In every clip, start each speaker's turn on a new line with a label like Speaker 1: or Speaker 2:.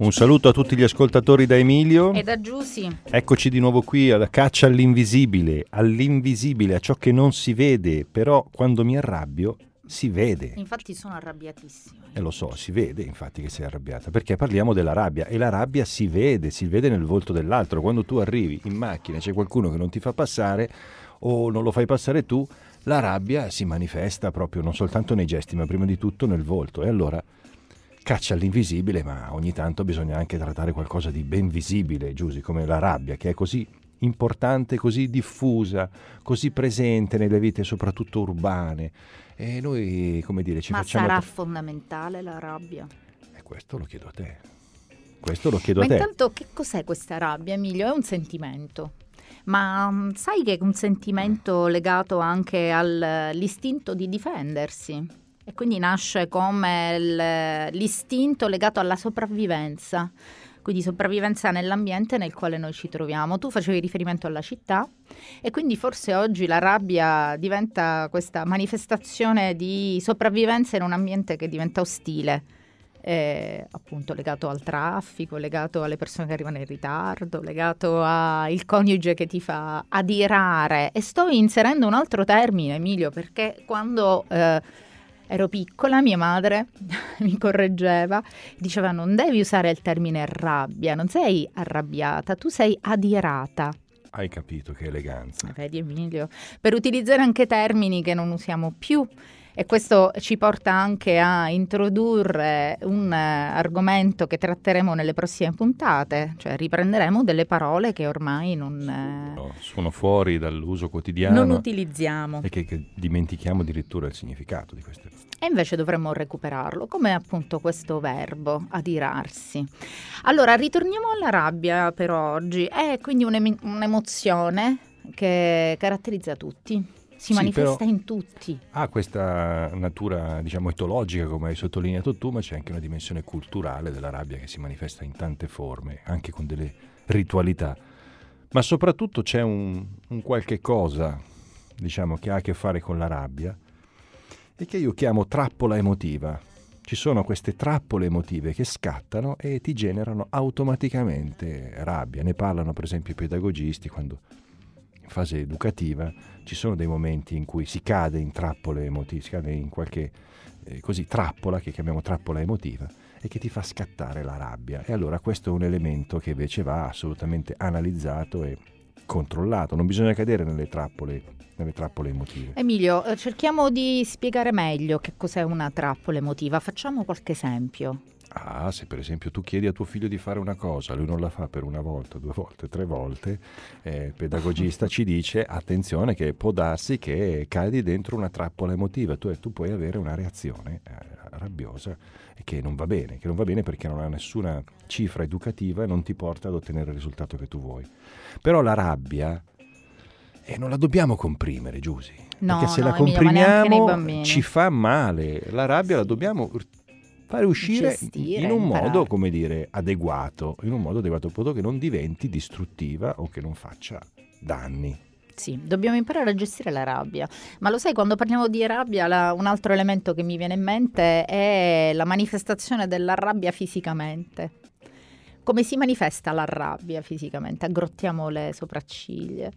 Speaker 1: Un saluto a tutti gli ascoltatori da Emilio
Speaker 2: e da Giusy.
Speaker 1: Eccoci di nuovo qui alla caccia all'invisibile, a ciò che non si vede, però quando mi arrabbio si vede.
Speaker 2: Infatti sono arrabbiatissimo.
Speaker 1: Lo so, si vede infatti che sei arrabbiata, perché parliamo della rabbia e la rabbia si vede nel volto dell'altro. Quando tu arrivi in macchina e c'è qualcuno che non ti fa passare o non lo fai passare tu, la rabbia si manifesta proprio non soltanto nei gesti, ma prima di tutto nel volto. E allora caccia all'invisibile, ma ogni tanto bisogna anche trattare qualcosa di ben visibile, Giusy, come la rabbia, che è così importante, così diffusa, così presente nelle vite soprattutto urbane. E noi, come dire, ci facciamo...
Speaker 2: Ma sarà fondamentale la rabbia?
Speaker 1: Questo lo chiedo a te. Ma
Speaker 2: intanto che cos'è questa rabbia, Emilio? È un sentimento. Ma sai che è un sentimento legato anche all'istinto di difendersi? E quindi nasce come l'istinto legato alla sopravvivenza, quindi sopravvivenza nell'ambiente nel quale noi ci troviamo. Tu facevi riferimento alla città e quindi forse oggi la rabbia diventa questa manifestazione di sopravvivenza in un ambiente che diventa ostile, appunto legato al traffico, legato alle persone che arrivano in ritardo, legato al coniuge che ti fa adirare. E sto inserendo un altro termine, Emilio, perché quando... ero piccola, mia madre mi correggeva, diceva non devi usare il termine rabbia, non sei arrabbiata, tu sei adirata.
Speaker 1: Hai capito che eleganza.
Speaker 2: Vedi Emilio, per utilizzare anche termini che non usiamo più. E questo ci porta anche a introdurre un argomento che tratteremo nelle prossime puntate, cioè riprenderemo delle parole che ormai
Speaker 1: sono fuori dall'uso quotidiano.
Speaker 2: Non utilizziamo.
Speaker 1: E che dimentichiamo addirittura il significato di queste parole.
Speaker 2: E invece dovremmo recuperarlo, come appunto questo verbo, adirarsi. Allora, ritorniamo alla rabbia per oggi. È quindi un'emozione che caratterizza tutti. Si manifesta in tutti.
Speaker 1: Ha questa natura, diciamo, etologica, come hai sottolineato tu, ma c'è anche una dimensione culturale della rabbia che si manifesta in tante forme, anche con delle ritualità. Ma soprattutto c'è un qualche cosa, diciamo, che ha a che fare con la rabbia e che io chiamo trappola emotiva. Ci sono queste trappole emotive che scattano e ti generano automaticamente rabbia. Ne parlano per esempio i pedagogisti quando in fase educativa ci sono dei momenti in cui si cade in trappole emotive, si cade in qualche trappola che chiamiamo trappola emotiva e che ti fa scattare la rabbia. E allora questo è un elemento che invece va assolutamente analizzato e controllato. Non bisogna cadere nelle trappole emotive.
Speaker 2: Emilio, cerchiamo di spiegare meglio che cos'è una trappola emotiva. Facciamo qualche esempio.
Speaker 1: Se per esempio tu chiedi a tuo figlio di fare una cosa, lui non la fa per una volta, 2 volte, 3 volte, il pedagogista ci dice attenzione che può darsi che cadi dentro una trappola emotiva, tu puoi avere una reazione rabbiosa che non va bene perché non ha nessuna cifra educativa e non ti porta ad ottenere il risultato che tu vuoi. Però la rabbia non la dobbiamo comprimere, Giusy, perché se la comprimiamo ci fa male. La rabbia la dobbiamo fare uscire in un modo, come dire, adeguato, in un modo adeguato, in modo che non diventi distruttiva o che non faccia danni.
Speaker 2: Sì, dobbiamo imparare a gestire la rabbia. Ma lo sai, quando parliamo di rabbia, un altro elemento che mi viene in mente è la manifestazione della rabbia fisicamente. Come si manifesta la rabbia fisicamente? Aggrottiamo le sopracciglia,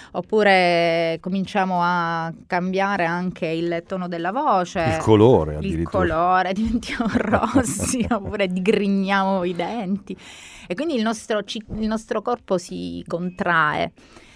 Speaker 2: oppure cominciamo a cambiare anche il tono della voce,
Speaker 1: il colore addirittura.
Speaker 2: Diventiamo rossi, oppure digrigniamo i denti e quindi il nostro corpo si contrae.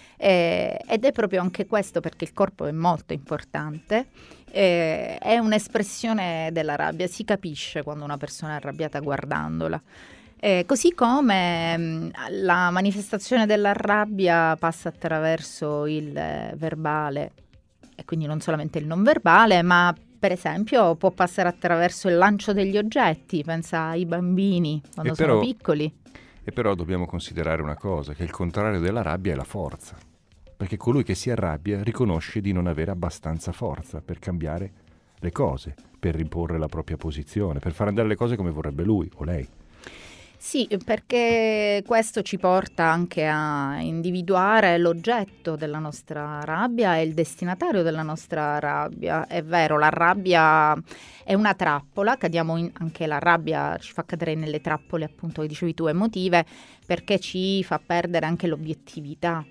Speaker 2: Ed è proprio anche questo, perché il corpo è molto importante, è un'espressione della rabbia, si capisce quando una persona è arrabbiata guardandola. Così come la manifestazione della rabbia passa attraverso il verbale e quindi non solamente il non verbale, ma per esempio può passare attraverso il lancio degli oggetti, pensa ai bambini quando sono piccoli.
Speaker 1: E però dobbiamo considerare una cosa, che il contrario della rabbia è la forza, perché colui che si arrabbia riconosce di non avere abbastanza forza per cambiare le cose, per imporre la propria posizione, per far andare le cose come vorrebbe lui o lei.
Speaker 2: Sì, perché questo ci porta anche a individuare l'oggetto della nostra rabbia e il destinatario della nostra rabbia. È vero, la rabbia è una trappola, anche la rabbia ci fa cadere nelle trappole, appunto, che dicevi tu, emotive, perché ci fa perdere anche l'obiettività.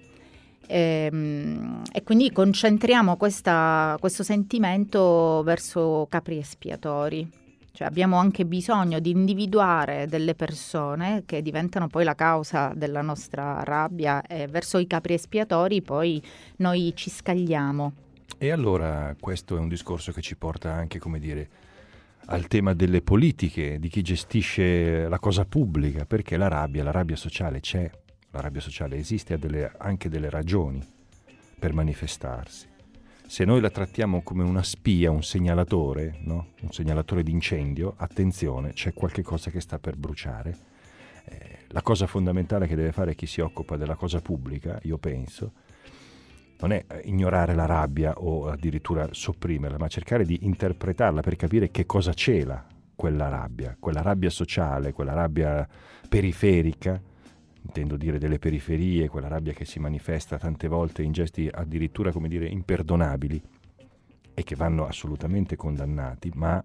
Speaker 2: E quindi concentriamo questo sentimento verso capri espiatori. Cioè abbiamo anche bisogno di individuare delle persone che diventano poi la causa della nostra rabbia e verso i capri espiatori poi noi ci scagliamo.
Speaker 1: E allora questo è un discorso che ci porta anche, come dire, al tema delle politiche, di chi gestisce la cosa pubblica, perché la rabbia sociale c'è, la rabbia sociale esiste, ha anche delle ragioni per manifestarsi. Se noi la trattiamo come una spia, un segnalatore, no? Un segnalatore di incendio, attenzione, c'è qualche cosa che sta per bruciare. La cosa fondamentale che deve fare chi si occupa della cosa pubblica, io penso, non è ignorare la rabbia o addirittura sopprimerla, ma cercare di interpretarla per capire che cosa cela quella rabbia sociale, quella rabbia periferica, intendo dire delle periferie, quella rabbia che si manifesta tante volte in gesti addirittura, come dire, imperdonabili e che vanno assolutamente condannati, ma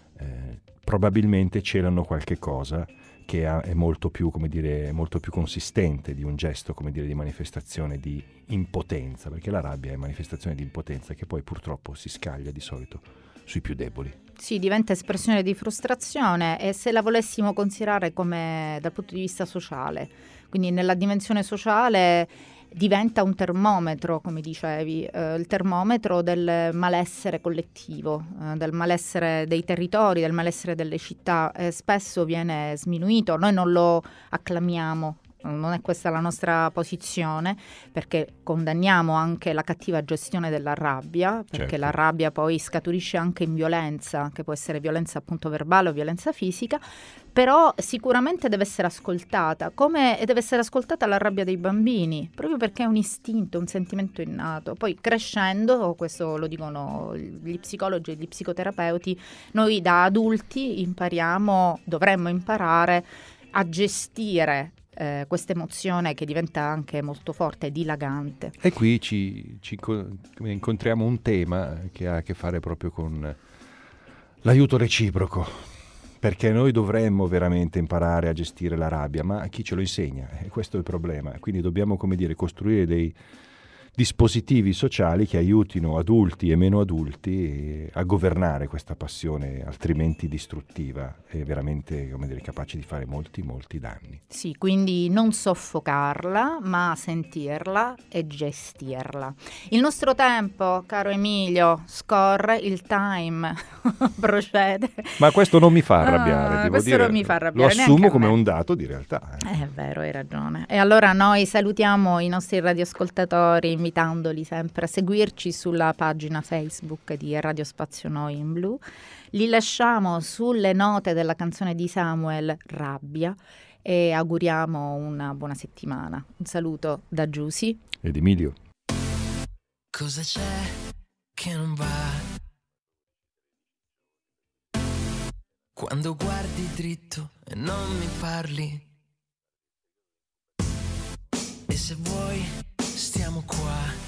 Speaker 1: probabilmente celano qualche cosa che è molto più, come dire, molto più consistente di un gesto, come dire, di manifestazione di impotenza, perché la rabbia è manifestazione di impotenza che poi purtroppo si scaglia di solito sui più deboli.
Speaker 2: Sì, diventa espressione di frustrazione, e se la volessimo considerare come dal punto di vista sociale, quindi nella dimensione sociale diventa un termometro, come dicevi, il termometro del malessere collettivo, del malessere dei territori, del malessere delle città. Spesso viene sminuito, noi non lo acclamiamo. Non è questa la nostra posizione, perché condanniamo anche la cattiva gestione della rabbia, perché
Speaker 1: certo.
Speaker 2: La rabbia poi scaturisce anche in violenza, che può essere violenza appunto verbale o violenza fisica, però sicuramente deve essere ascoltata, come deve essere ascoltata la rabbia dei bambini, proprio perché è un istinto, un sentimento innato. Poi crescendo, questo lo dicono gli psicologi e gli psicoterapeuti, noi da adulti dovremmo imparare a gestire questa emozione che diventa anche molto forte e dilagante.
Speaker 1: E qui ci incontriamo un tema che ha a che fare proprio con l'aiuto reciproco, perché noi dovremmo veramente imparare a gestire la rabbia, ma chi ce lo insegna? E questo è il problema. Quindi dobbiamo, come dire, costruire dei dispositivi sociali che aiutino adulti e meno adulti a governare questa passione altrimenti distruttiva e veramente, come dire, capace di fare molti danni.
Speaker 2: Sì, quindi non soffocarla, ma sentirla e gestirla. Il nostro tempo, caro Emilio, scorre, il time procede.
Speaker 1: Ma questo non mi fa arrabbiare, devo
Speaker 2: questo
Speaker 1: dire.
Speaker 2: non mi fa arrabbiare,
Speaker 1: Lo assumo come
Speaker 2: me.
Speaker 1: un dato di realtà.
Speaker 2: È vero, hai ragione. E allora noi salutiamo i nostri radioascoltatori invitandoli sempre a seguirci sulla pagina Facebook di Radio Spazio Noi in Blu. Li lasciamo sulle note della canzone di Samuel, Rabbia, e auguriamo una buona settimana. Un saluto da Giusy
Speaker 1: ed Emilio.
Speaker 3: Cosa c'è che non va? Quando guardi dritto e non mi parli, e se vuoi stiamo qua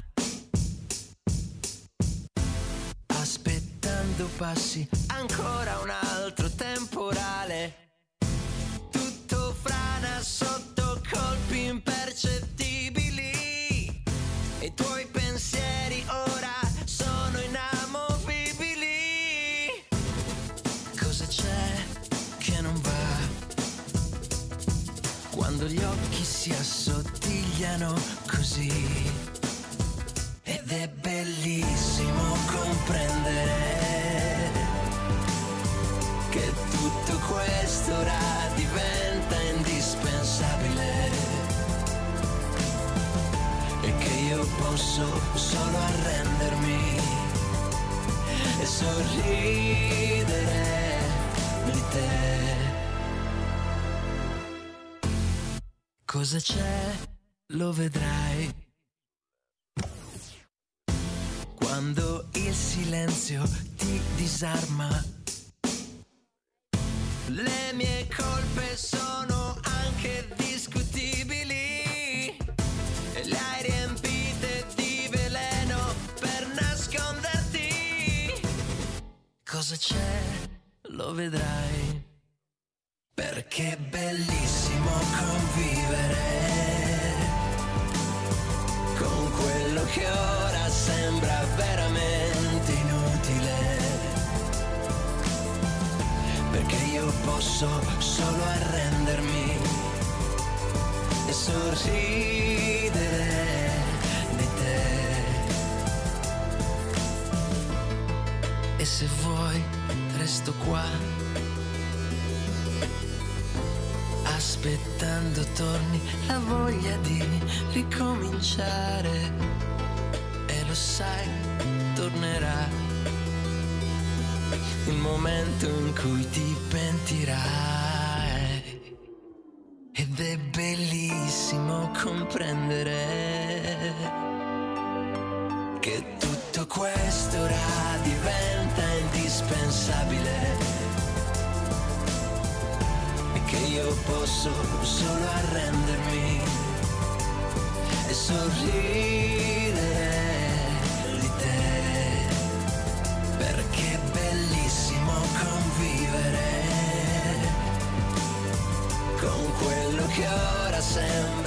Speaker 3: aspettando passi ancora un altro temporale, tutto frana sotto colpi impercettibili, e i tuoi pensieri ora sono inamovibili. Cosa c'è che non va? Quando gli occhi si assottigliano così, ed è bellissimo comprendere che tutto questo ora diventa indispensabile, e che io posso solo arrendermi e sorridere di te. Cosa c'è? Lo vedrai quando il silenzio ti disarma. Le mie colpe sono cosa c'è, lo vedrai. Perché è bellissimo convivere con quello che ora sembra veramente inutile. Perché io posso solo arrendermi e sorridere di te. E se vuoi resto qua, aspettando torni la voglia di ricominciare. E lo sai, tornerà il momento in cui ti pentirai. Ed è bellissimo comprendere che tutto questo ora diventa indispensabile e che io posso solo arrendermi e sorridere di te. Perché è bellissimo convivere con quello che ora sembra